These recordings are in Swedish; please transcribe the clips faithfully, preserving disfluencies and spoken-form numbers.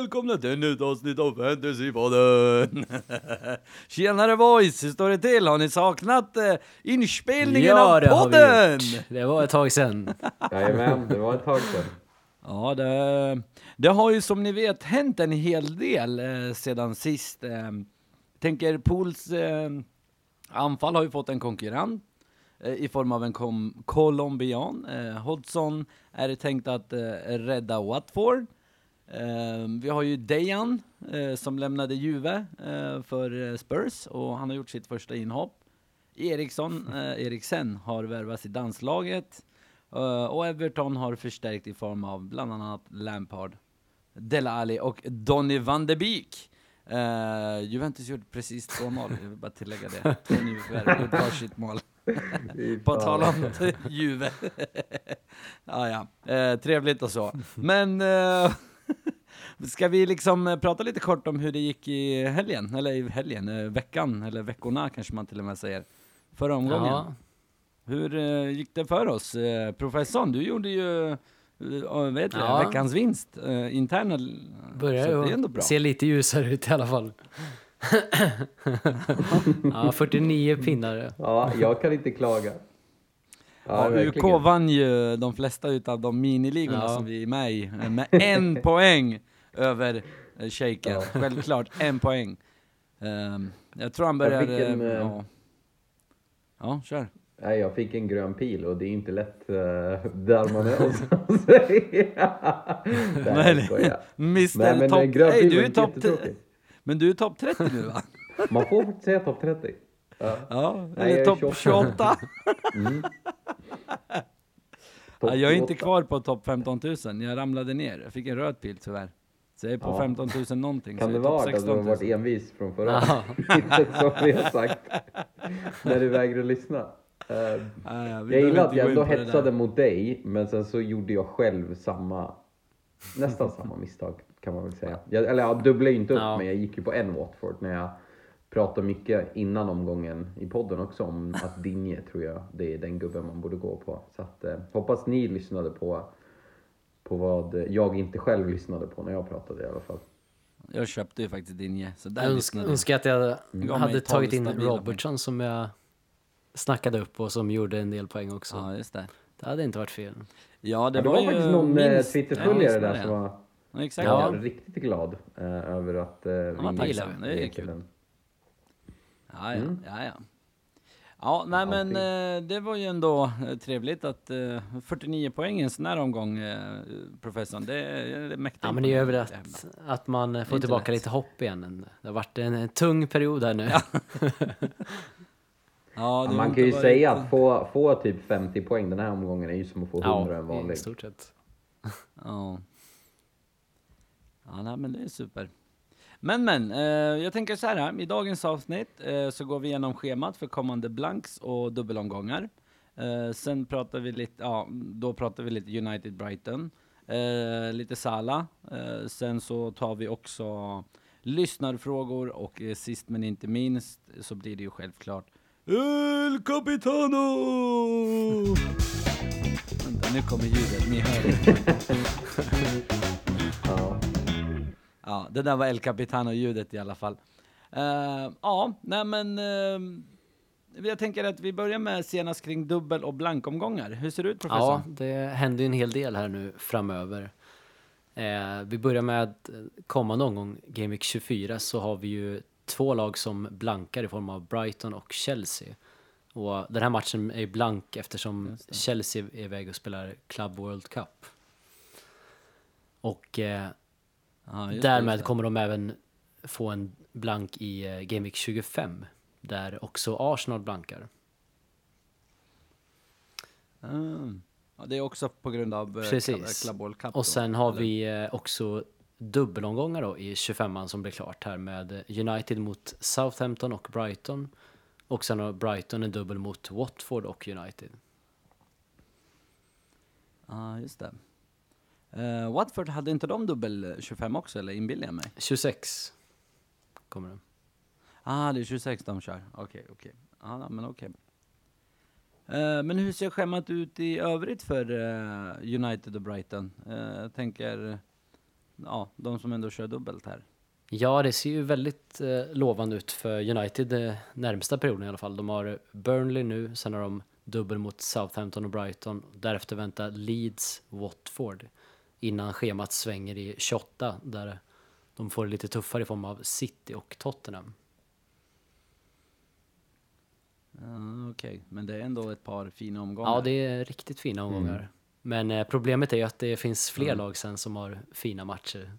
välkomna till ett nytt avsnitt av Fantasypodden. Tjenare boys, hur står det till? Har ni saknat eh, inspelningen ja, av det podden? Har vi gjort. Det var ett tag sedan. Jajamän, det var ett tag sedan. Ja, det, det har ju som ni vet hänt en hel del eh, sedan sist. Eh, tänker Pools eh, anfall har ju fått en konkurrent eh, i form av en kom- colombian. Eh, Hodgson är tänkt att eh, rädda Watford. Eh, vi har ju Dejan eh, som lämnade Juve eh, för eh, Spurs och han har gjort sitt första inhopp. Eriksson, eh, Eriksen har värvats i danslaget. Uh, och Everton har förstärkt i form av bland annat Lampard, Dele Alli och Donny van de Beek. Uh, Juventus gjorde precis två mål, jag vill bara tillägga det. Två nyförvärv, gjorde varsitt mål. På tal om Juve. ah, ja, uh, trevligt och så. Men uh, ska vi liksom prata lite kort om hur det gick i helgen? Eller i helgen, uh, veckan, eller veckorna kanske man till och med säger. Förra omgången. Ja. Hur uh, gick det för oss? Uh, professorn, du gjorde ju uh, vet ja. det, veckans vinst. Uh, interna börjar ju bra. Se lite ljusare ut i alla fall. Ja, fyrtionio pinnar. Ja, jag kan inte klaga. Ja, ja, U K vann ju de flesta utav de miniligorna ja. som vi är med i. Med en poäng över shaken. Ja. Självklart, en poäng. Um, jag tror han börjar... En, uh, ja. ja, kör. Nej, jag fick en grön pil och det är inte lätt uh, där man är. Nej, mister topp... Hey, du är topp t- men du är topp trettio nu, va? Man får faktiskt säga topp trettio. Ja, ja eller topp tjugoåtta. mm. ja, jag är inte kvar på topp femton tusen. Jag ramlade ner. Jag fick en röd pil tyvärr. Så jag är på ja. femton tusen någonting. Kan så det vara att du har varit envis från förra ja. Inte som vi har sagt. När du vägrade lyssna. Uh, ah, ja, jag gillar att jag ändå hetsade mot dig, men sen så gjorde jag själv samma, nästan samma misstag kan man väl säga. Jag, eller jag dubblade inte upp, ja. men jag gick ju på en Watford när jag pratade mycket innan omgången i podden också om att Dinje tror jag det är den gubben man borde gå på. Så att, eh, hoppas ni lyssnade på, på vad jag inte själv lyssnade på när jag pratade i alla fall. Jag köpte ju faktiskt Dinje. Så där jag önskar att jag mm. hade tagit in Robertson som jag snackade upp och som gjorde en del poäng också. Ja, just det. Det hade inte varit fel. Ja, det, ja, det var, var ju faktiskt någon minst... Twitterföljare ja, där som var, ja, exakt. var Ja. riktigt glad eh, över att eh, ja, vi gillar det. Det är kul. Den. Ja, ja, mm. ja, ja. Ja, nej men eh, det var ju ändå eh, trevligt att eh, fyrtionio poäng en sån här omgång, eh, professorn. Det är, det är mäktigt. Ja, men det är över att, att man får tillbaka lätt. Lite hopp igen. Det har varit en, en tung period här nu. Ja. Ja, ja, man kan ju säga att få, få typ femtio poäng den här omgången är ju som att få hundra en vanlig. Ja, i stort sett. Ja. Ja, nej, men det är super. Men, men, eh, jag tänker så här, i dagens avsnitt eh, så går vi igenom schemat för kommande blanks och dubbelomgångar. Eh, sen pratar vi lite, ja, då pratar vi lite United Brighton, eh, lite Salah. Eh, sen så tar vi också lyssnarfrågor och eh, sist men inte minst så blir det ju självklart El Capitano! Vänta, nu kommer ljudet, ni hör det. Ja. Ja, det där var El Capitano-ljudet i alla fall. Uh, ja, nej men uh, jag tänker att vi börjar med senast kring dubbel- och blankomgångar. Hur ser det ut, professor? Ja, det händer ju en hel del här nu framöver. Uh, vi börjar med kommande omgång, Game Week tjugofyra, så har vi ju två lag som blankar i form av Brighton och Chelsea. Och den här matchen är blank eftersom Chelsea är iväg och spelar Club World Cup. Och uh, Ja, därmed det, kommer de även få en blank i uh, Game Week tjugofem där också Arsenal blankar. Mm. Ja, det är också på grund av uh, Club World Cup. Och sen då, har eller? vi uh, också dubbelomgångar då i tjugofemman som blir klart här med United mot Southampton och Brighton. Och sen har Brighton en dubbel mot Watford och United. Ja, ah, just det. Uh, Watford, hade inte de dubbel tjugofem också, eller inbillar jag mig? tjugosex kommer de. Ah, det är tjugosex de kör. Okej, okay, okej. Okay. Ah, men okej. Okay. Uh, men hur ser schemat ut i övrigt för uh, United och Brighton? Uh, jag tänker, ja, de som ändå kör dubbelt här. Ja, det ser ju väldigt eh, lovande ut för United eh, närmsta perioden i alla fall. De har Burnley nu, sen har de dubbel mot Southampton och Brighton. Därefter väntar Leeds, Watford innan schemat svänger i tjugoåtta där de får det lite tuffare i form av City och Tottenham. Uh, Okej, okay. Men det är ändå ett par fina omgångar. Ja, det är riktigt fina omgångar. Mm. Men eh, problemet är ju att det finns fler mm. lag sen som har fina matcher.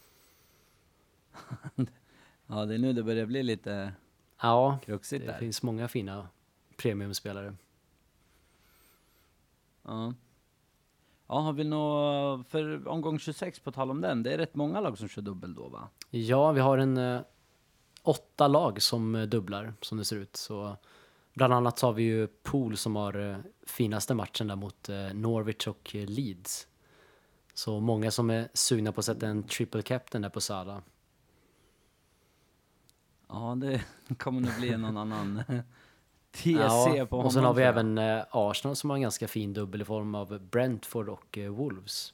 Ja, det är nu det börjar bli lite ja, kruxigt det där. Finns många fina premiumspelare. Ja. Ja, har vi nå för omgång tjugosex på tal om den? Det är rätt många lag som kör dubbel då, va? Ja, vi har en eh, åtta lag som eh, dubblar som det ser ut. Så bland annat så har vi ju Pool som har eh, finaste matchen där mot eh, Norwich och eh, Leeds. Så många som är sugna på att sätta en triple captain där på Salah. Ja, det kommer nog bli någon annan T C ja, på honom. Och sen har vi även eh, Arsenal som har en ganska fin dubbel i form av Brentford och eh, Wolves.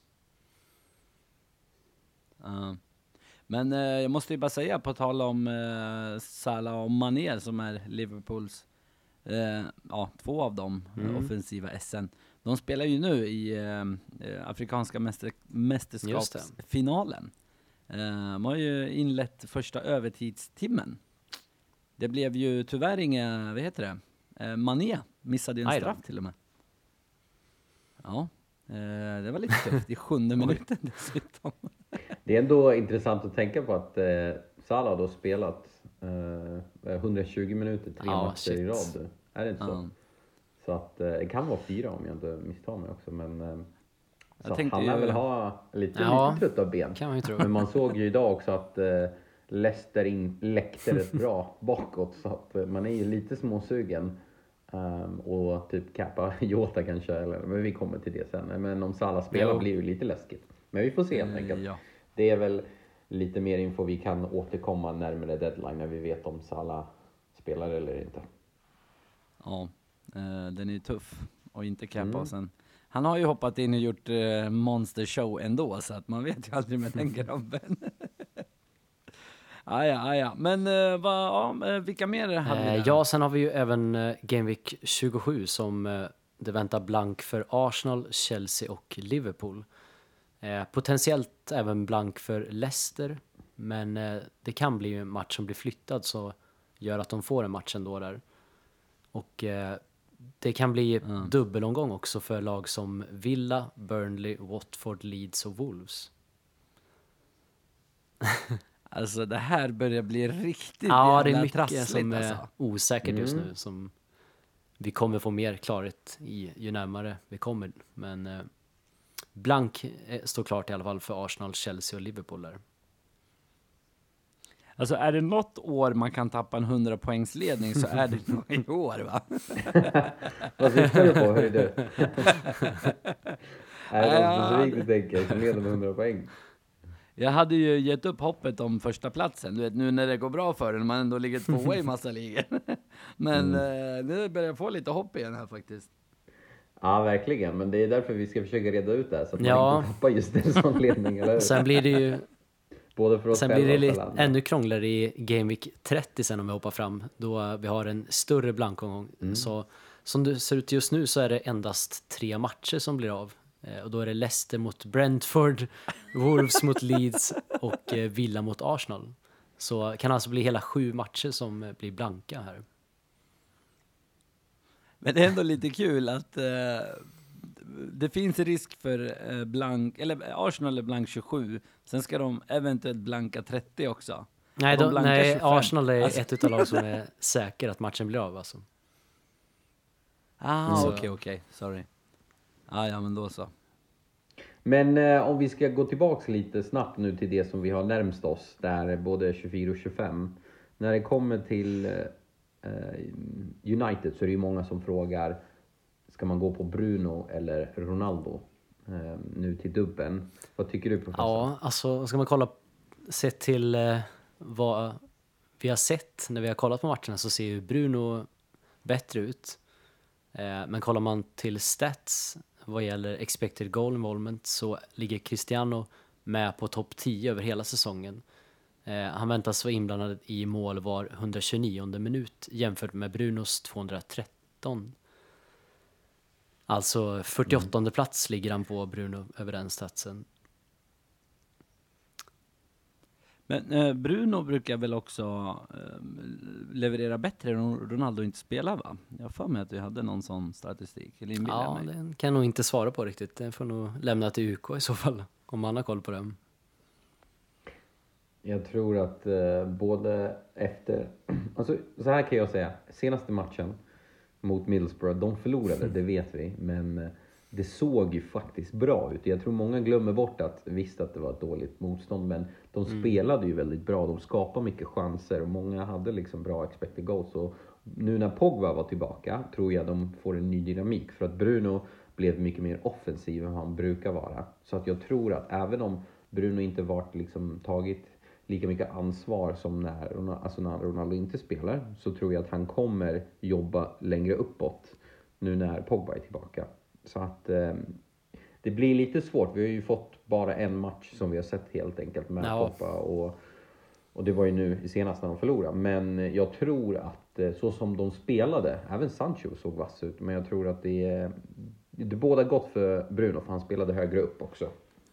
Uh. Men eh, jag måste ju bara säga på tal om eh, Salah och Mané som är Liverpools eh, ja, två av dem mm. offensiva S N. De spelar ju nu i eh, afrikanska mäster, mästerskapsfinalen. Eh, de har ju inlett första övertidstimmen. Det blev ju tyvärr inga, vad heter det? Eh, Mané missade ju en straff till och med. Ja, eh, det var lite tufft i sjunde minuten dessutom. Det är ändå intressant att tänka på att eh, Salah då spelat eh, hundratjugo minuter, tre ah, matcher shit. i rad. Är det inte så? Ah. Så att eh, det kan vara fyra om jag inte misstar mig också. Men eh, så jag han lär väl ha lite, ja, lite trött av ben. Kan man ju tro. Men man såg ju idag också att eh, Leicester in, läckte rätt bra bakåt. Så att eh, man är ju lite småsugen. Um, och typ kappa Jota kanske. Eller, men vi kommer till det sen. Men om Salah spelar jo. blir ju lite läskigt. Men vi får se helt enkelt. Ja. Det är väl lite mer info vi kan återkomma närmare deadline när vi vet om Salah spelar eller inte. Ja, eh, den är tuff och inte kappa mm. sen. Han har ju hoppat in och gjort eh, Monster Show ändå, så att man vet ju aldrig med den grabben. ah, ja, ah, ja. Men eh, va, ja, vilka mer hade vi där? Ja, sen har vi ju även eh, Game Week tjugosju som eh, det väntar blank för Arsenal, Chelsea och Liverpool. Eh, potentiellt även blank för Leicester, men eh, det kan bli en match som blir flyttad så gör att de får en match ändå där. Och eh, det kan bli mm. dubbelomgång också för lag som Villa, Burnley, Watford, Leeds och Wolves. Alltså det här börjar bli riktigt ja, det är mycket trassligt, som är alltså. osäkert mm. just nu, som vi kommer få mer klarhet i ju närmare vi kommer, men eh, blank står klart i alla fall för Arsenal, Chelsea och Liverpool där. Alltså är det något år man kan tappa en hundra poängsledning så är det nog i år, va? Vad syftar du på, hör du? Är det något specifikt du tänker som leder med hundra poäng? Jag hade ju gett upp hoppet om första platsen. Du vet, nu när det går bra för en, man ändå ligger tvåa i massa ligor. Men mm. eh, nu börjar jag få lite hopp igen här faktiskt. Ja, verkligen. Men det är därför vi ska försöka reda ut det här, så att ja. man inte tappar just en sån ledning. Eller? Sen blir det ju Både för oss sen blir det lite, ännu krångligare i Game Week trettio sen om vi hoppar fram. Då vi har en större blankomgång. Mm. Så som det ser ut just nu så är det endast tre matcher som blir av. Och då är det Leicester mot Brentford, Wolves mot Leeds och Villa mot Arsenal. Så kan alltså bli hela sju matcher som blir blanka här. Men det är ändå lite kul att uh, det finns risk för uh, blank, eller Arsenal är blank tjugosju. Sen ska de eventuellt blanka trettio också. Nej, de de, nej tjugofem. Arsenal är alltså. Ett utav lag som är säker att matchen blir av alltså. Ah, okej, okej. Okay, okay. Sorry. Ah, ja, men då så. Men eh, om vi ska gå tillbaka lite snabbt nu till det som vi har närmst oss, där både tjugofyra och tjugofem. När det kommer till eh, United så är det ju många som frågar, ska man gå på Bruno eller Ronaldo eh, nu till dubben? Vad tycker du, professor? Ja, alltså ska man kolla sett till eh, vad vi har sett när vi har kollat på matcherna, så ser ju Bruno bättre ut. Eh, men kollar man till stats vad gäller expected goal involvement så ligger Cristiano med på topp tio över hela säsongen. Eh, han väntas vara inblandad i mål var hundratjugonionde minut jämfört med Brunos tvåhundratretton. Alltså fyrtioåttonde mm. plats ligger han på Bruno över den statsen. Men eh, Bruno brukar väl också eh, leverera bättre än Ronaldo inte spelar, va? Jag har för mig att vi hade någon sån statistik. Eller ja, mig. Den kan jag nog inte svara på riktigt. Den får nog lämna till U K i så fall, om man har koll på den. Jag tror att eh, både efter... Alltså, så här kan jag säga. Senaste matchen mot Middlesbrough, de förlorade, det vet vi. Men eh, det såg ju faktiskt bra ut. Jag tror många glömmer bort att visst att det var ett dåligt motstånd. Men de mm. spelade ju väldigt bra. De skapade mycket chanser. Och många hade liksom bra expected goals. Och nu när Pogba var tillbaka tror jag de får en ny dynamik. För att Bruno blev mycket mer offensiv än han brukar vara. Så att jag tror att även om Bruno inte varit liksom tagit lika mycket ansvar som när Ronaldo, alltså när Ronaldo inte spelar, så tror jag att han kommer jobba längre uppåt nu när Pogba är tillbaka. Så att eh, det blir lite svårt. Vi har ju fått bara en match som vi har sett helt enkelt med ja. Pogba och, och det var ju nu i senast när de förlorade. Men jag tror att eh, så som de spelade, även Sancho såg vass ut, men jag tror att det är det båda gott för Bruno, för han spelade högre upp också.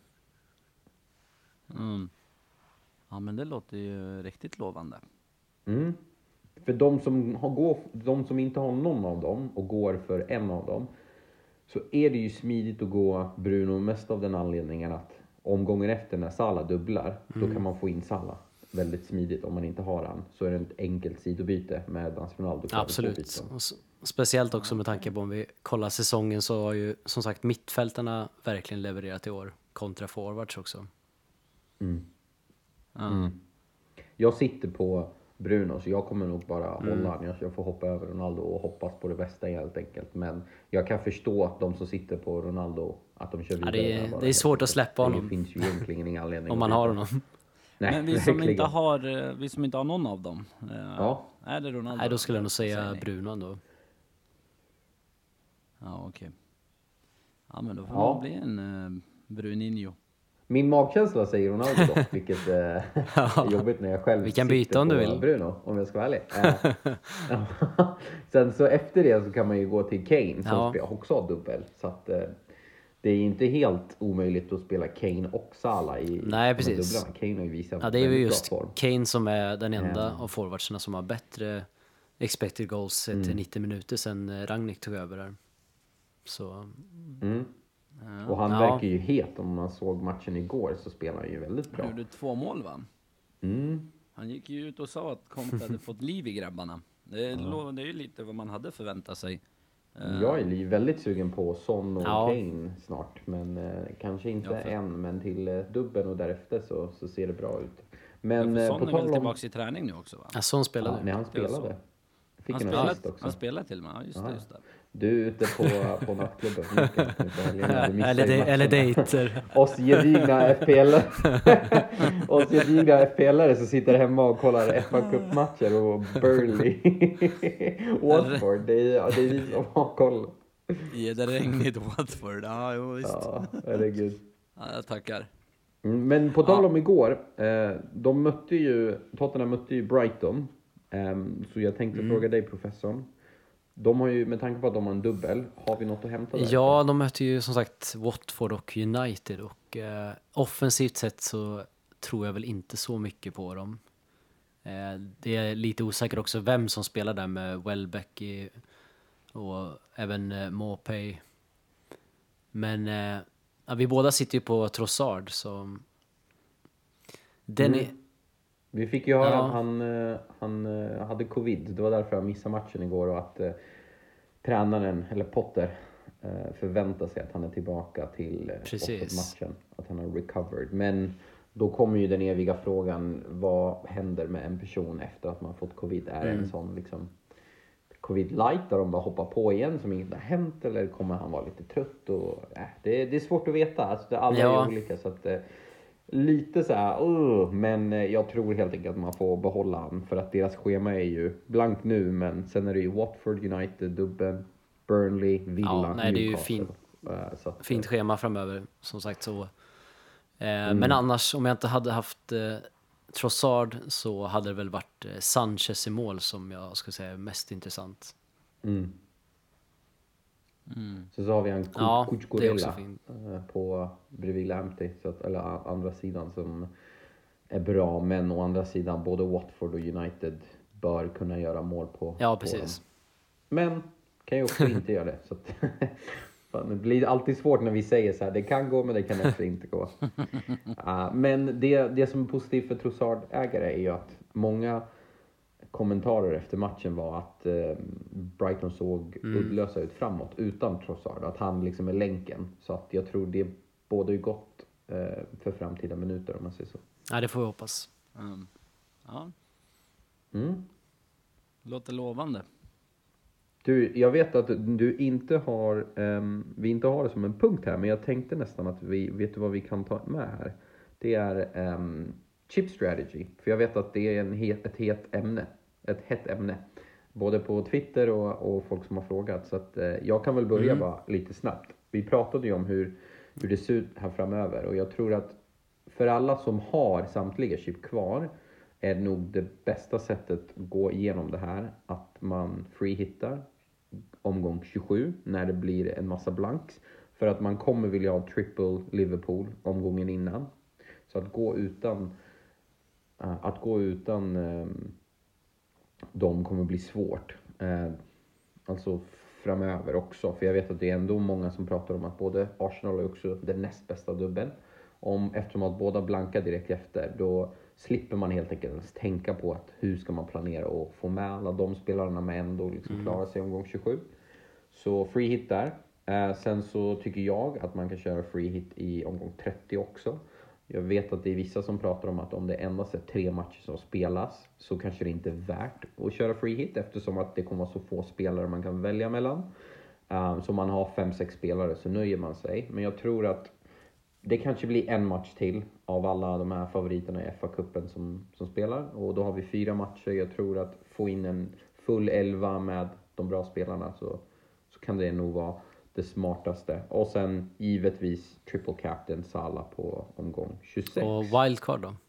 Mm. Ja, men det låter ju riktigt lovande. Mm. För de som, har gå, de som inte har någon av dem och går för en av dem, så är det ju smidigt att gå Bruno mest av den anledningen att omgången efter när Salah dubblar, mm. då kan man få in Salah väldigt smidigt. Om man inte har han så är det ett enkelt sidobyte med Dans Ronaldo. Absolut. Speciellt också med tanke på om vi kollar säsongen, så har ju som sagt mittfältarna verkligen levererat i år kontra forwards också. Mm. Mm. Jag sitter på Bruno, så jag kommer nog bara mm. hålla han. Jag får hoppa över Ronaldo och hoppas på det bästa helt enkelt. Men jag kan förstå att de som sitter på Ronaldo, att de kör vidare. Ja, det är, det är svårt att släppa honom. Det finns ju egentligen ingen anledning. Om man har honom. Nej, men vi som, inte har, vi som inte har någon av dem, ja. är det Ronaldo? Nej, då skulle jag nog säga Bruno ändå. Ja, okej. Okay. Ja, men då får ja. det bli en uh, Bruninho. Min magkänsla säger Ronaldo dock, vilket eh, är jobbigt när jag själv vi kan byta om du vill. Bruno, om jag ska vara ärlig. Eh, Sen så efter det så kan man ju gå till Kane som ja. också har dubbel. Så att eh, det är inte helt omöjligt att spela Kane och Salah i Nej, precis. dubblarna. Kane har ju visat ja, det är ju just Kane som är den enda mm. av forwardsarna som har bättre expected goals mm. till nittio minuter sen Rangnick tog över där. Så... Mm. Ja. Och han ja. verkar ju het. Om man såg matchen igår så spelar han ju väldigt bra. Han gjorde två mål, va? Mm. Han gick ju ut och sa att Conte hade fått liv i grabbarna. Det är, ja. det är ju lite vad man hade förväntat sig. Jag är väldigt sugen på Son och ja. Kane snart. Men eh, kanske inte ja, för... än. Men till eh, dubben och därefter så, så ser det bra ut. Men ja, eh, Son på är väl om... tillbaka i träning nu också, va? Ja, Son spelade. Ja, nej, han spelade. Fick han, spelade, också. han spelade till mig, ja, just, det, just det. Du är ute på, på nattklubben. eller, de, eller dejter. Oss gedigna F P L-are. Oss gedigna F P L-are som sitter hemma och kollar F A-cupmatcher och Burnley. Watford, det är, det är vi som har koll. Ja, det regnigt Watford. Ja, jo, visst. Ja, herregud. Ja, jag tackar. Men på tal om ja. igår, de mötte ju, Tottenham mötte ju Brighton. Så jag tänkte mm. fråga dig, professorn. De har ju, med tanke på att de har en dubbel, har vi något att hämta där? Ja, de möter ju som sagt Watford och United och eh, offensivt sett så tror jag väl inte så mycket på dem. Eh, det är lite osäkert också vem som spelar där med Welbeck i, och även eh, Maupay. Men eh, ja, vi båda sitter ju på Trossard, så den är... Mm. Vi fick ju höra ja. att han, han hade covid. Det var därför han missade matchen igår. Och att eh, tränaren, eller Potter, eh, förväntar sig att han är tillbaka till eh, matchen. Att han har recovered. Men då kommer ju den eviga frågan. Vad händer med en person efter att man fått covid? Är det mm. en sån liksom covid light där de bara hoppar på igen som inget har hänt? Eller kommer han vara lite trött? Och, äh, det, det är svårt att veta. Alltså, det, alla ja. är olika, så att... Eh, lite så här, uh, men jag tror helt enkelt att man får behålla han. För att deras schema är ju blankt nu. Men sen är det ju Watford, United, Dubben, Burnley, Villa, ja, nej, det är ju fin, uh, så att, fint schema framöver. Som sagt så. Eh, mm. Men annars, om jag inte hade haft eh, Trossard så hade det väl varit eh, Sanchez i mål som jag skulle säga är mest intressant. Mm. Mm. Så så har vi en ja, Cucurella på bredvid Lamptey, så att, eller andra sidan, som är bra, men å andra sidan både Watford och United bör kunna göra mål på. Ja, precis. På men kan ju också inte göra det. Så att, det blir alltid svårt när vi säger så här, det kan gå men det kan också inte gå. Uh, men det, det som är positivt för Trossard-ägare är ju att många kommentarer efter matchen var att eh, Brighton såg mm. uddlösa ut framåt utan Trossard. Att han liksom är länken. Så att jag tror det både är gott eh, för framtida minuter, om man säger så. Ja, det får vi hoppas. Mm. Ja. Mm. Låter lovande. Du, jag vet att du inte har, um, vi inte har det som en punkt här, men jag tänkte nästan att vi, vet du vad vi kan ta med här? Det är um, chip strategy. För jag vet att det är en het, ett het ämne. Ett hett ämne. Både på Twitter och, och folk som har frågat. Så att uh, jag kan väl börja mm. bara lite snabbt. Vi pratade ju om hur, hur det ser ut här framöver. Och jag tror att för alla som har samtliga chip kvar är nog det bästa sättet att gå igenom det här att man free-hittar omgång tjugosju när det blir en massa blanks. För att man kommer vilja ha triple Liverpool omgången innan. Så att gå utan uh, att gå utan um, de kommer bli svårt. Uh, alltså framöver också. För jag vet att det är ändå många som pratar om att både Arsenal är också den näst bästa dubbeln. Om, eftersom att båda blankar direkt efter, då slipper man helt enkelt tänka på att hur ska man planera och få med alla de spelarna med ändå liksom mm. klara sig omgång tjugosju. Så free hit där. Eh, sen så tycker jag att man kan köra free hit i omgång trettio också. Jag vet att det är vissa som pratar om att om det endast är tre matcher som spelas så kanske det inte är värt att köra free hit, eftersom att det kommer vara så få spelare man kan välja mellan. Eh, så man har fem sex spelare så nöjer man sig. Men jag tror att det kanske blir en match till av alla de här favoriterna i F A-cupen som, som spelar. Och då har vi fyra matcher. Jag tror att få in en full elva med de bra spelarna så, så kan det nog vara det smartaste. Och sen givetvis triple captain Salah på omgång tjugosex. Och wildcard då?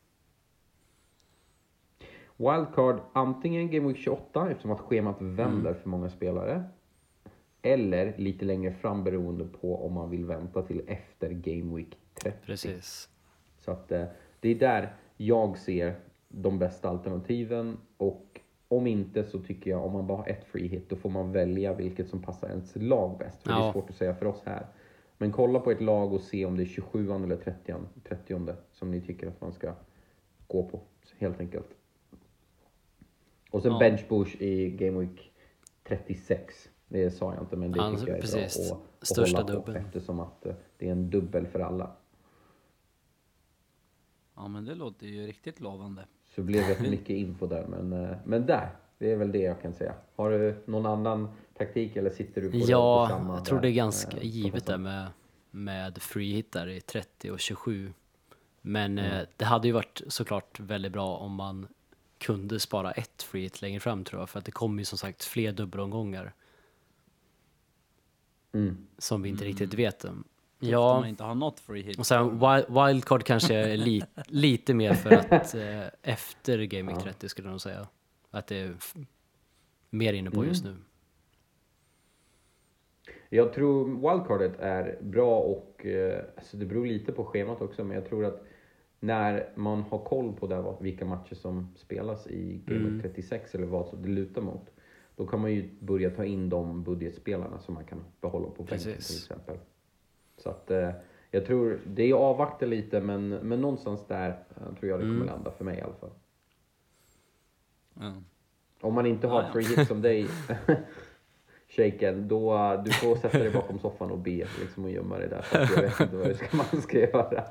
Wildcard antingen Game Week tjugoåtta, eftersom att schemat vänder mm. för många spelare. Eller lite längre fram beroende på om man vill vänta till efter Game Week trettio. Precis. Så att eh, det är där jag ser de bästa alternativen. Och om inte så tycker jag om man bara har ett free hit då får man välja vilket som passar ens lag bäst. För ja. Det är svårt att säga för oss här. Men kolla på ett lag och se om det är tjugosju eller trettio, trettio som ni tycker att man ska gå på. Helt enkelt. Och sen ja. bench boost i Game Week trettiosex. Det sa jag inte, men det ja, tycker jag är precis. bra att, att Största hålla på dubbel. eftersom att det är en dubbel för alla. Ja, men det låter ju riktigt lovande. Så blev det för mycket info där, men, men där, det är väl det jag kan säga. Har du någon annan taktik eller sitter du på ja, det? Ja, jag tror där, det är ganska äh, givet där med, med free hit där i trettio och tjugosju. Men mm. eh, det hade ju varit såklart väldigt bra om man kunde spara ett free hit längre fram tror jag. För att det kommer ju som sagt fler dubbelomgångar. Mm. Som vi inte mm. riktigt vet om. Ja. Man inte har något free hit. Och sen wild, wildcard kanske är li, lite mer för att eh, efter Game Week trettio skulle jag nog säga. Att det är f- mer inne på mm. just nu. Jag tror wildcardet är bra och eh, alltså det beror lite på schemat också. Men jag tror att när man har koll på det, vilka matcher som spelas i Game Week mm. trettiosex eller vad det lutar mot. Då kan man ju börja ta in de budgetspelarna som man kan behålla på bänken till exempel. Så att eh, jag tror, det är avvakta lite men, men någonstans där eh, tror jag det kommer mm. landa för mig i alla fall. Mm. Om man inte har ja, ja. free hit som dig, shaken, då uh, du får sätta dig bakom soffan och be liksom, och gömma dig där. För att jag vet inte vad det ska, man ska göra.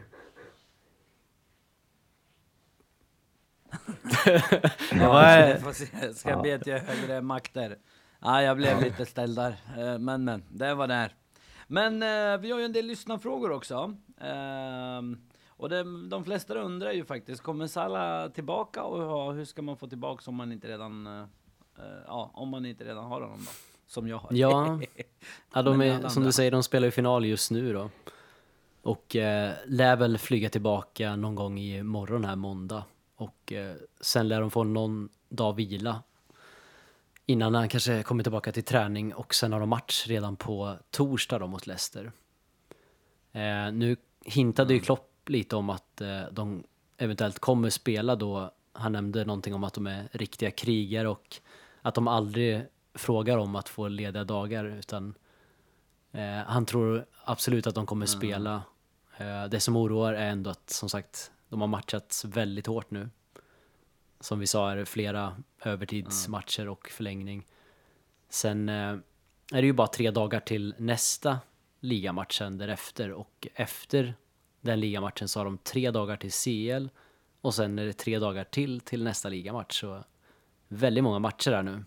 ja, jag får se. Ska jag be till högre makter. Ja, jag blev lite ställd där. Men, men, det var där. Men eh, vi har ju en del lyssnarfrågor också. Eh, och det, de flesta undrar ju faktiskt, kommer Salah tillbaka och ja, hur ska man få tillbaka om man inte redan eh, ja, om man inte redan har honom då, som jag har. Ja, ja de är, som du säger, de spelar ju final just nu då. Och eh, lär väl flyga tillbaka någon gång i morgon här måndag. Och eh, sen lär de få någon dag vila innan han kanske kommer tillbaka till träning. Och sen har de match redan på torsdag då mot Leicester. Eh, nu hintade ju Klopp lite om att eh, de eventuellt kommer spela då. Han nämnde någonting om att de är riktiga krigare och att de aldrig frågar om att få lediga dagar, utan eh, han tror absolut att de kommer mm. spela. Eh, det som oroar är ändå att, som sagt, de har matchats väldigt hårt nu. Som vi sa är det flera övertidsmatcher mm. och förlängning. Sen eh, är det ju bara tre dagar till nästa ligamatchen därefter, och efter den ligamatchen så har de tre dagar till C L och sen är det tre dagar till till nästa ligamatch. Så väldigt många matcher där nu.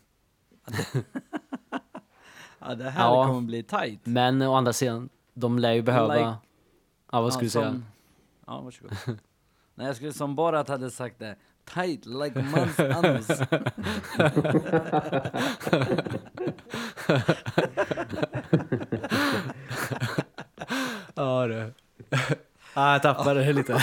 Ja, det här ja, kommer bli tight. Men å andra sidan, de lär ju behöva... Like... Ja, vad skulle ja, du som... säga? Ja, varsågod. Nej, jag skulle som bara att hade sagt det. Tight, like mans anus. Ja, det. Ah, jag tappade det lite.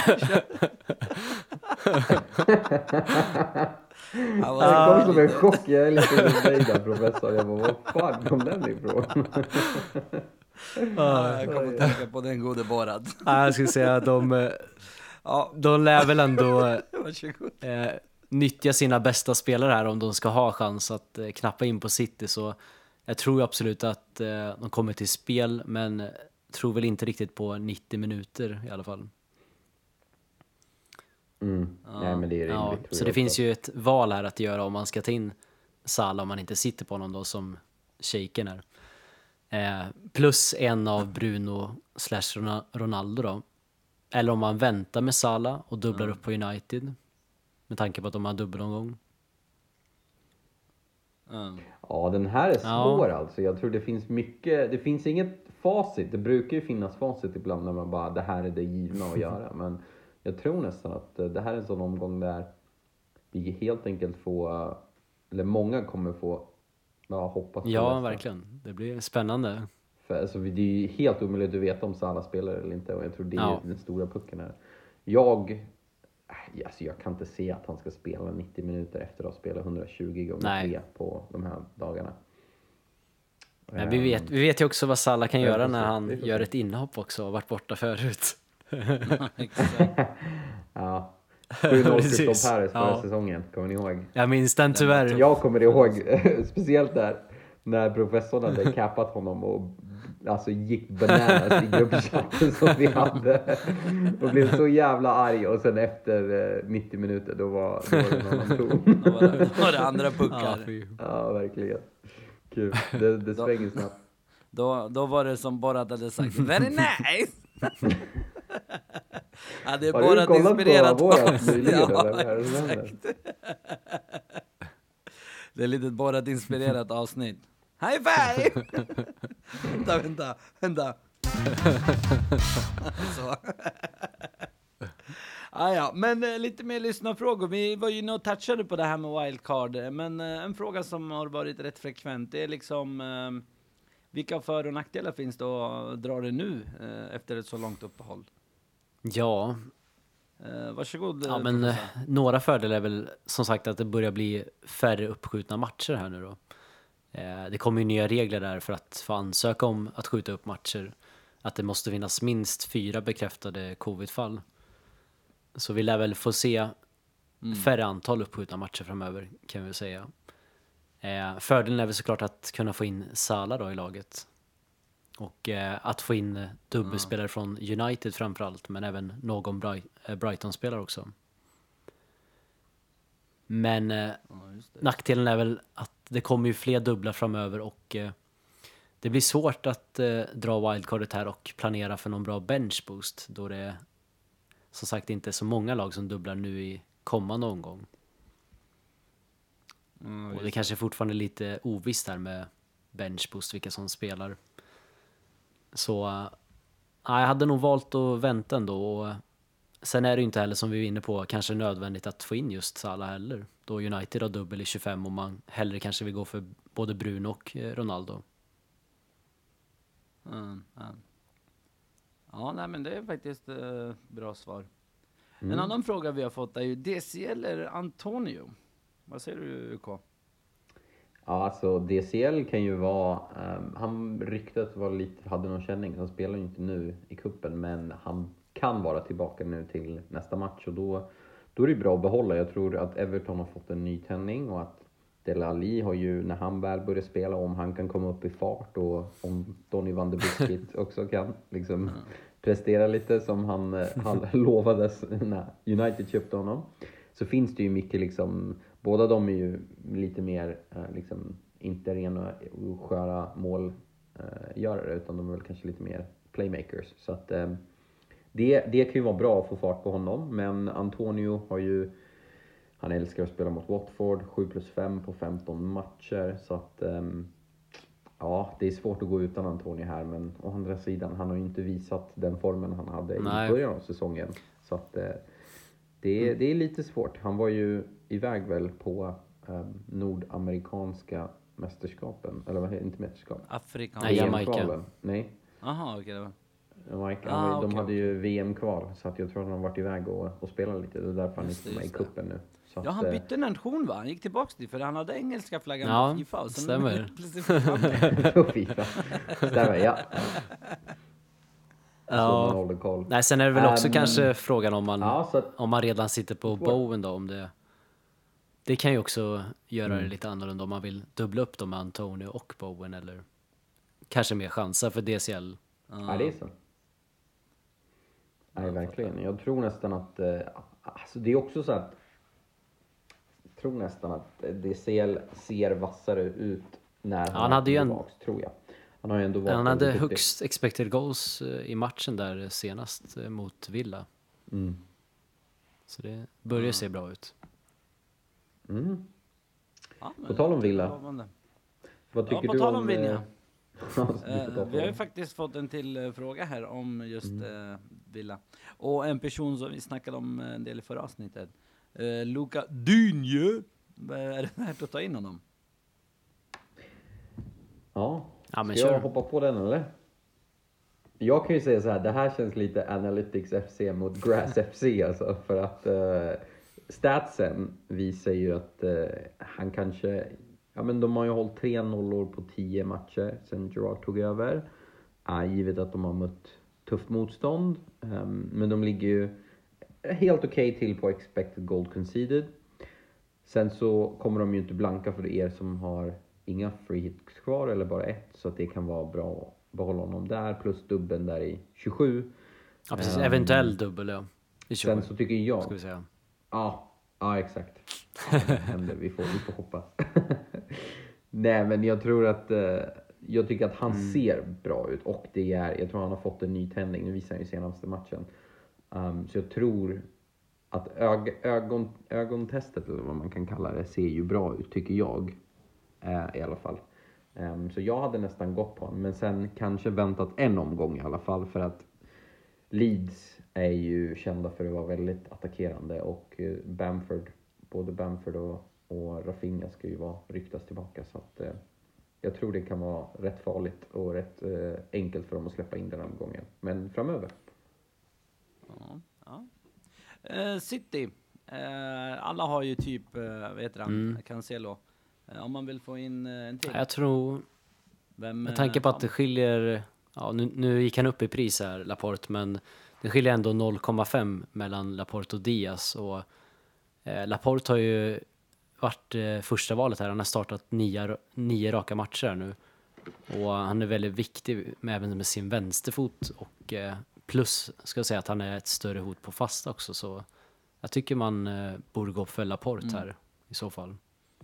Det kom som en chock. Jag är lite nöjd, professor. Jag bara, vad fan kom den ifrån? Ah, jag kommer att tänka på den gode Borad. Ah, jag skulle säga att de, ja, de lär väl ändå eh, nyttja sina bästa spelare här om de ska ha chans att eh, knappa in på City. Så jag tror absolut att eh, de kommer till spel, men tror väl inte riktigt på nittio minuter i alla fall. Mm. Ja. Nej, men det är rimligt, ja, så det finns ju ett val här att göra om man ska ta in Salah, om man inte sitter på någon då som shaken är. Eh, plus en av Bruno slash Ronaldo då. Eller om man väntar med Salah och dubblar mm. upp på United. Med tanke på att de har dubbel någon gång. Mm. Ja, den här är svår ja. Alltså. Jag tror det finns mycket, det finns inget facit. Det brukar ju finnas facit ibland när man bara, det här är det givna att göra. Men jag tror nästan att det här är en sån omgång där vi helt enkelt får, eller många kommer få, ja, hoppas på ja, nästan. Verkligen. Det blir spännande. För alltså, det är ju helt omöjligt att veta om Salah spelar eller inte. Och jag tror det är ja. den stora pucken här. Jag, alltså jag kan inte se att han ska spela nittio minuter efter att spela hundratjugo gånger tre på de här dagarna. Men vi vet, vi vet ju också vad Salah kan göra när han gör ett inhopp också och varit borta förut. Ja. sju noll till Paris förra ja. säsongen, kommer ni ihåg? Jag minns den tyvärr. Jag kommer ihåg, speciellt där när professorn hade kappat honom och alltså gick bananas i gruppchatten som vi hade och blev så jävla arg, och sen efter nittio minuter då var, då var det någon annan ton. Då var det, då var det andra puckar. Ja, ja, verkligen. Kul, det, det svänger snabbt. Då, då var det som bara hade sagt, very nice! Ja, det är bara ett inspirerat avsnitt. Ja, exakt. Det är lite bara ett inspirerat avsnitt. High five! vänta, vänta, vänta. Så. Ah, ja, men eh, lite mer lyssnarfrågor. Vi var ju inne och touchade på det här med wildcard. Men eh, en fråga som har varit rätt frekvent, det är liksom eh, vilka för- och nackdelar finns det att dra det nu eh, efter ett så långt uppehåll? Ja. Eh, varsågod. Ja, men eh, några fördelar är väl som sagt att det börjar bli färre uppskjutna matcher här nu då. Eh, det kommer ju nya regler där för att få ansöka om att skjuta upp matcher. Att det måste finnas minst fyra bekräftade covid-fall. Så vi lär väl få se mm. färre antal uppskjutna matcher framöver, kan vi väl säga. Eh, fördelen är väl såklart att kunna få in Salah då i laget. Och eh, att få in dubbelspelare mm. från United framförallt, men även någon Bright- eh, Brighton-spelare också. Men eh, ja, nackdelen är väl att det kommer ju fler dubblar framöver, och eh, det blir svårt att eh, dra wildcardet här och planera för någon bra benchboost, då det är som sagt inte så många lag som dubblar nu i kommande omgång. Mm, och det kanske fortfarande är lite ovisst här med benchboost, vilka som spelar. Så äh, jag hade nog valt att vänta ändå. Och sen är det ju inte heller, som vi var inne på, kanske nödvändigt att få in just Salah heller. Då United har dubbel i tjugofem och man hellre kanske vill gå för både Bruno och Ronaldo. Mm, mm. Ja, nej, men det är faktiskt eh, bra svar. Mm. En annan fråga vi har fått är ju D C L eller Antonio. Vad säger du, U K? Ja, alltså D C L kan ju vara, um, han ryktet var lite, hade någon känning, han spelar ju inte nu i kuppen, men han kan vara tillbaka nu till nästa match och då, då är det bra att behålla. Jag tror att Everton har fått en ny tändning och att Dele Alli har ju, när han väl börjar spela, om han kan komma upp i fart och om Donny van de Beek också kan liksom prestera lite som han, han lovades när United köpte honom, så finns det ju mycket liksom, båda de är ju lite mer liksom, inte rena och sköra målgörare, utan de är väl kanske lite mer playmakers, så att det, det kan ju vara bra att få fart på honom. Men Antonio har ju, han älskar att spela mot Watford, sju plus fem på femton matcher, så att ja, det är svårt att gå utan Antonio här, men å andra sidan, han har ju inte visat den formen han hade Nej. i början av säsongen, så att det, mm. det är lite svårt. Han var ju iväg väl på um, nordamerikanska mästerskapen, eller vad heter det? Inte mästerskap? Afrikanska. Nej, Jamaica. Nej. Aha, okej. Okay, Jamaica. Ah, de okay, hade okay. ju V M-kval, så att jag tror att han har varit iväg och, och spelat lite. Det är därför han inte är med i kuppen nu. Så ja, att, han bytte nation, va? Han gick tillbaka till, för han hade engelska flaggan ja, på FIFA. Så stämmer. På FIFA. Stämmer, ja. Ja. Nej, sen är det väl också um, kanske frågan om man, ja, att, om man redan sitter på Bowen då, om det det kan ju också göra mm. det lite annorlunda om man vill dubbla upp dem med Antonio och Bowen, eller kanske mer chanser för D C L. Uh. Ja, det är så. Nej, verkligen. Jag tror nästan att eh, alltså det är också så att jag tror nästan att D C L ser vassare ut när han, ja, han hade ju en tillbaks, tror jag. Han har ju ändå varit han hade högst expected goals i matchen där senast mot Villa. Mm. Så det börjar se bra ut. Mm. Ja, på tal om Villa. Vad tycker ja, på du tal om... om Villa. uh, vi har ju faktiskt fått en till uh, fråga här om just mm. uh, Villa. Och en person som vi snackade om en del i förra avsnittet. Uh, Luka Dynje. Är det värt att ta in honom? Ja. Ja, men ska jag kör. hoppa på den, eller? Jag kan ju säga så här, det här känns lite Analytics F C mot Grass F C alltså, för att uh, statsen visar ju att uh, han kanske, ja men de har ju hållit tre nollor på tio matcher sen Gerard tog över, uh, givet att de har mött tufft motstånd, um, men de ligger ju helt okej okay till på expected goal conceded. Sen så kommer de ju inte blanka för er som har inga free hits kvar eller bara ett, så att det kan vara bra att behålla honom där, plus dubben där i tjugosju. Ja, precis. Um, eventuell dubbel, ja. I sen så tycker jag... Ska vi säga. Ja, ja exakt. Ja, det händer. Vi får, vi får hoppas. Nej, men jag tror att... Uh, jag tycker att han mm. ser bra ut. Och det är... Jag tror han har fått en ny tändning. Nu visar han ju senaste matchen. Um, så jag tror att ög, ögon, ögontestet, eller vad man kan kalla det, ser ju bra ut, tycker jag. Uh, I alla fall. Um, så jag hade nästan gått på honom. Men sen kanske väntat en omgång i alla fall. För att Leeds är ju kända för att vara väldigt attackerande. Och uh, Bamford, både Bamford och, och Rafinha ska ju vara ryktas tillbaka. Så att uh, jag tror det kan vara rätt farligt och rätt uh, enkelt för dem att släppa in den omgången. Men framöver. Ja, ja. Uh, City. Uh, alla har ju typ, uh, vad heter han? Mm. Cancelo. Om man vill få in en till. Jag tror, Vem, med tanke på att det skiljer, ja, nu, nu gick han upp i pris här, Laporte, men det skiljer ändå noll komma fem mellan Laporte och Diaz. Och eh, Laporte har ju varit eh, första valet här, han har startat nio, nio raka matcher nu. Och han är väldigt viktig med, även med sin vänsterfot, och eh, plus ska jag säga att han är ett större hot på fasta också, så jag tycker man eh, borde gå för Laporte mm. här i så fall.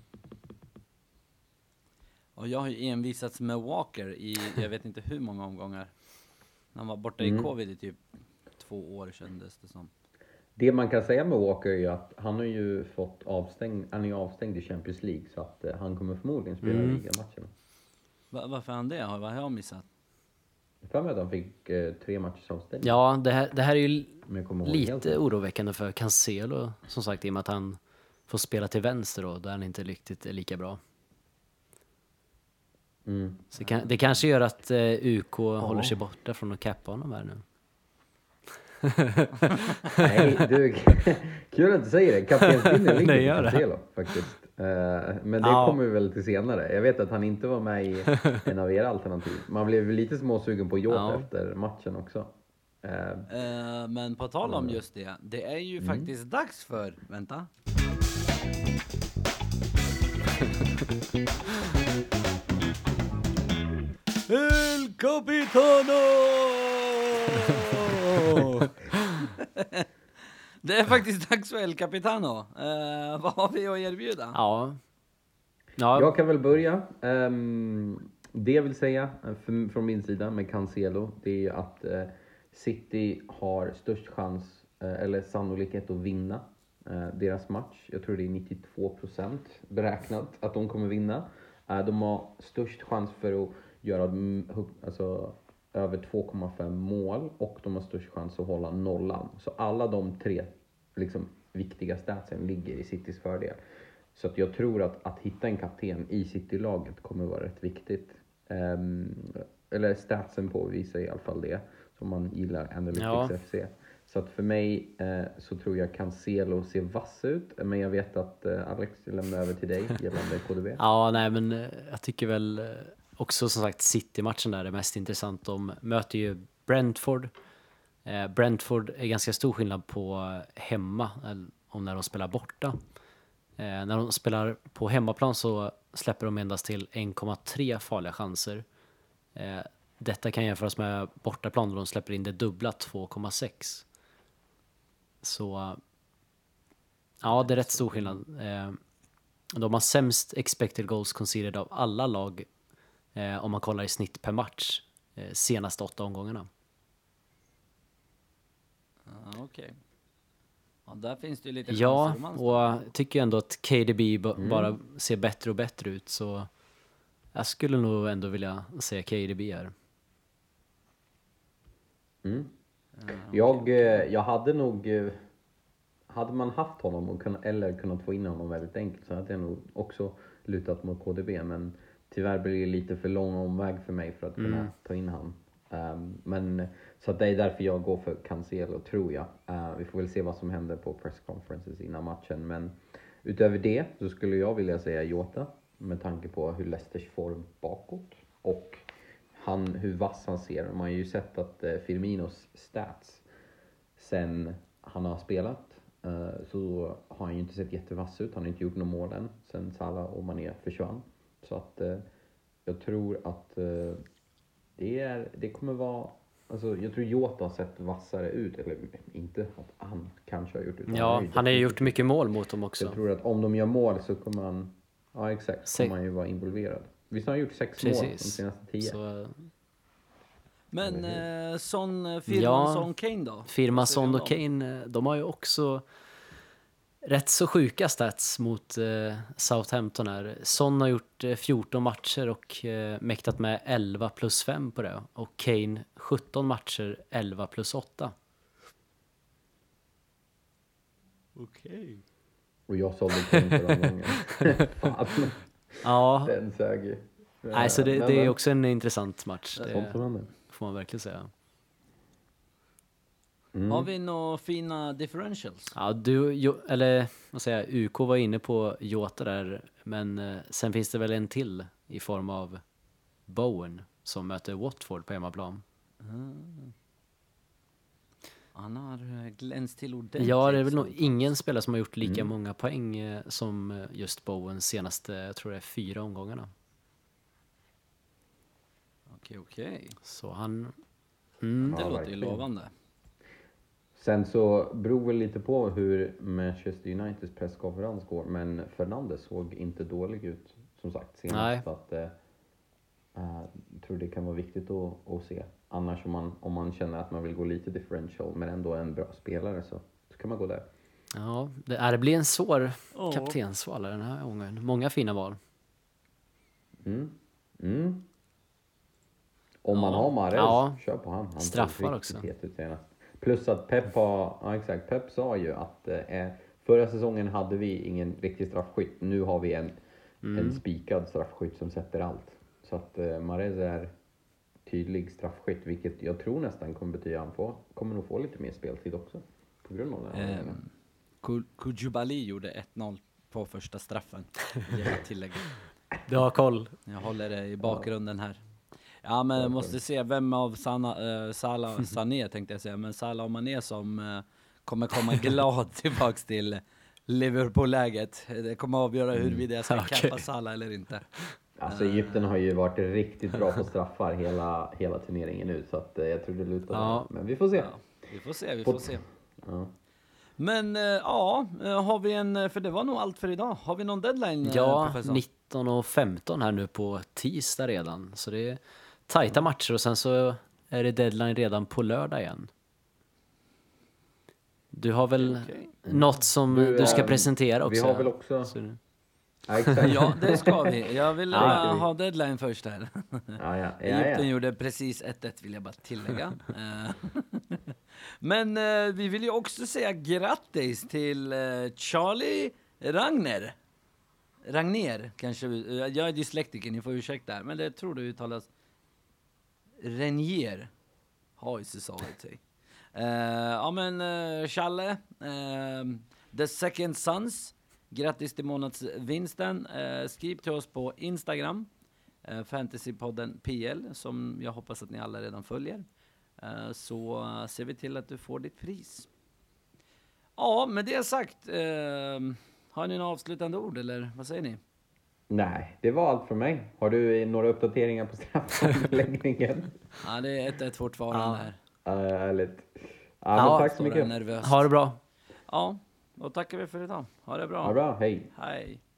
Och jag har ju envisats med Walker i, jag vet inte hur många omgångar. Han var borta mm. i covid i typ två år kändes det som. Det man kan säga med Walker är ju att han har ju fått avstängd, han är ju avstängd i Champions League, så att uh, han kommer förmodligen spela mm. ligamatcherna. Va, varför är han det? Vad har jag missat? För mig att han fick uh, tre matchers avstängning. Ja, det här, det här är ju lite oroväckande för Cancelo, som sagt, i och med att han får spela till vänster då, där han inte riktigt är lika bra. Mm. Så det, kan, det kanske gör att uh, U K ja. håller sig borta från att cappa honom här nu. Nej, du, kul att du säger det. Kaptensbindeln ligger Nej, på gör det. Cancelo faktiskt. Uh, men det Ja. kommer vi väl till senare. Jag vet att han inte var med i en av era alternativ. Man blev väl lite småsugen på Jota Ja. efter matchen också. Uh, Uh, men på tal om just det, det är ju Mm. faktiskt dags för, vänta. El Capitano! Det är faktiskt dags för El Capitano. Uh, vad har vi att erbjuda? Ja. Ja, Jag kan väl börja. Um, det jag vill säga för, från min sida med Cancelo, det är ju att uh, City har störst chans, uh, eller sannolikhet att vinna uh, deras match. Jag tror det är nittiotvå procent beräknat att de kommer vinna. Uh, de har störst chans för att göra mm, alltså, över två komma fem mål och de har störst chans att hålla nollan. Så alla de tre liksom, viktiga statsen ligger i Citys fördel. Så att jag tror att, att hitta en kapten i City-laget kommer vara rätt viktigt. Um, eller statsen påvisar i alla fall det, som man gillar Analytics Ja. F C. Så att för mig eh, så tror jag Cancelo ser vass ut, men jag vet att eh, Alex lämnar över till dig gällande K D B. Ja, nej men eh, jag tycker väl eh, också som sagt City-matchen där är mest intressant. De möter ju Brentford. Eh, Brentford är ganska stor skillnad på eh, hemma eller, om när de spelar borta. Eh, när de spelar på hemmaplan så släpper de endast till en komma tre farliga chanser. Eh, detta kan jämföras med bortaplan där de släpper in det dubbla, två komma sex. Så ja, det är rätt stor skillnad. Eh, de har sämst expected goals conceded av alla lag eh, om man kollar i snitt per match eh, senaste åtta omgångarna. Ah, Okej. Okay. Ja, där finns det ju lite Ja, chanser om man och jag tycker ändå att K D B b- Mm. bara ser bättre och bättre ut, så jag skulle nog ändå vilja säga K D B här. Mm. Ah, okej. Jag, eh, jag hade nog, eh, hade man haft honom och kunna, eller kunnat få in honom väldigt enkelt, så hade jag nog också lutat mot K D B, men tyvärr blir det lite för lång omväg för mig för att kunna Mm. ta in han. Um, men så att det är därför jag går för Cancelo, tror jag. Uh, vi får väl se vad som händer på press conferences innan matchen, men utöver det så skulle jag vilja säga Jota, med tanke på hur Leicesters form bakåt och han, hur vass han ser. Man har ju sett att eh, Firminos stats sen han har spelat eh, så har han ju inte sett jättevass ut. Han har inte gjort några mål än sen Salah och Mané försvann. Så att eh, jag tror att eh, det, är, det kommer vara, alltså jag tror Jota har sett vassare ut, eller inte att han kanske har gjort, utan Ja, ju han har ju definitivt- gjort mycket mål mot dem Så också. jag tror att om de gör mål så kommer han, ja exakt, Se- kommer han ju vara involverad. Visst har han gjort sex mål de Precis. senaste tio? Så, Men eh, sån firman Ja, Son Kane då? firma Vad säger Son du och om Kane, eh, de har ju också rätt så sjuka stats mot eh, Southampton här. Son har gjort eh, fjorton matcher och eh, mäktat med elva plus fem på det. Och Kane sjutton matcher, elva plus åtta. Okej. Och jag sålde Kane förra gången. Fan, Ja, den sög ju. nej, så det, Men, det är men, också en intressant match. sånt Det som händer. får man verkligen säga. Mm. Har vi några fina differentials? Ja, du, jo, eller vad säger jag, U K var inne på Jota där, men eh, sen finns det väl en till i form av Bowen som möter Watford på hemmaplan. Han har eh, glänst till ordentligt. Ja, det är väl nog som- ingen spelare som har gjort lika Mm. många poäng eh, som eh, just Bowen senaste, jag tror det är fyra omgångarna. Okej, okej. Så han... Mm, Det Ja, låter ju verkligen. lovande. Sen så beror väl lite på hur Manchester Uniteds presskonferens går, men Fernandes såg inte dålig ut som sagt senast. Nej. Så att, eh, eh, jag tror det kan vara viktigt att, att se. Annars om man, om man känner att man vill gå lite differential men ändå en bra spelare, så, så kan man gå där. ja, det, är, det blir en svår Ja. kaptensval den här gången. Många fina val. Mm. Mm. Om man Ja. har Mahrez, Ja. kör på han. Han Straffar såg också. riktigt het ut senast. Plus att Pep har, ja exakt, Pep sa ju att eh, förra säsongen hade vi ingen riktig straffskytt. Nu har vi en, Mm. en spikad straffskytt som sätter allt. Så att eh, Mahrez är tydlig straffskytt, vilket jag tror nästan kommer betyda att han får, kommer nog få lite mer speltid också. På grund av det. Eh, Koulibaly gjorde ett noll på första straffen. Tillägget. Du har koll. Jag håller det i bakgrunden här. Ja, men jag måste se vem av Sana, uh, Salah Sané tänkte jag säga, men Salah och Mané som uh, kommer komma glad tillbaks till Liverpool-läget. Det kommer avgöra huruvida jag ska Mm. Okay. kappa Salah eller inte. Alltså Egypten har ju varit riktigt bra på straffar hela, hela turneringen nu, så att, uh, jag tror det lutar ja. där. Men vi får se. Ja, vi får se, vi På, får se. Ja. Men uh, ja, uh, har vi en, för det var nog allt för idag. Har vi någon deadline? Uh, Ja, professor? nitton och femton här nu på tisdag redan. Så det är tajta matcher och sen så är det deadline redan på lördag igen. Du har väl Okay. något som Du, du, ska ähm, presentera också? Vi har väl också... Så det- Ja, exakt. Ja, det ska vi. Jag vill Ja. uh, ha deadline först här. Ja, ja, ja, Egypten ja. gjorde precis ett ett, vill jag bara tillägga. Eh, Men eh, vi vill ju också säga grattis till eh, Charlie Ragner. Ragner, kanske. eh, Jag är dyslektiker, ni får ursäkta här. Men det tror du uttalas Renier. Har ju så sa det till. Eh, Ja men uh, Challe, eh, The Second Sons. Grattis till månadsvinsten. Eh, skriv till oss på Instagram. Eh, Fantasypodden P L, som jag hoppas att ni alla redan följer. Eh, så uh, ser vi till att du får ditt pris. Ja, med det sagt, eh, har ni några avslutande ord eller vad säger ni? Nej, det var allt för mig. Har du några uppdateringar på straffomläggningen? Ja, det är ett ett fortfarande här. Ja, ärligt. Ja, Ja, men tack så mycket. Nervöst. Ha det bra. Ja, då tackar vi för idag. Ha det bra. Ja, bra, hej. Hej.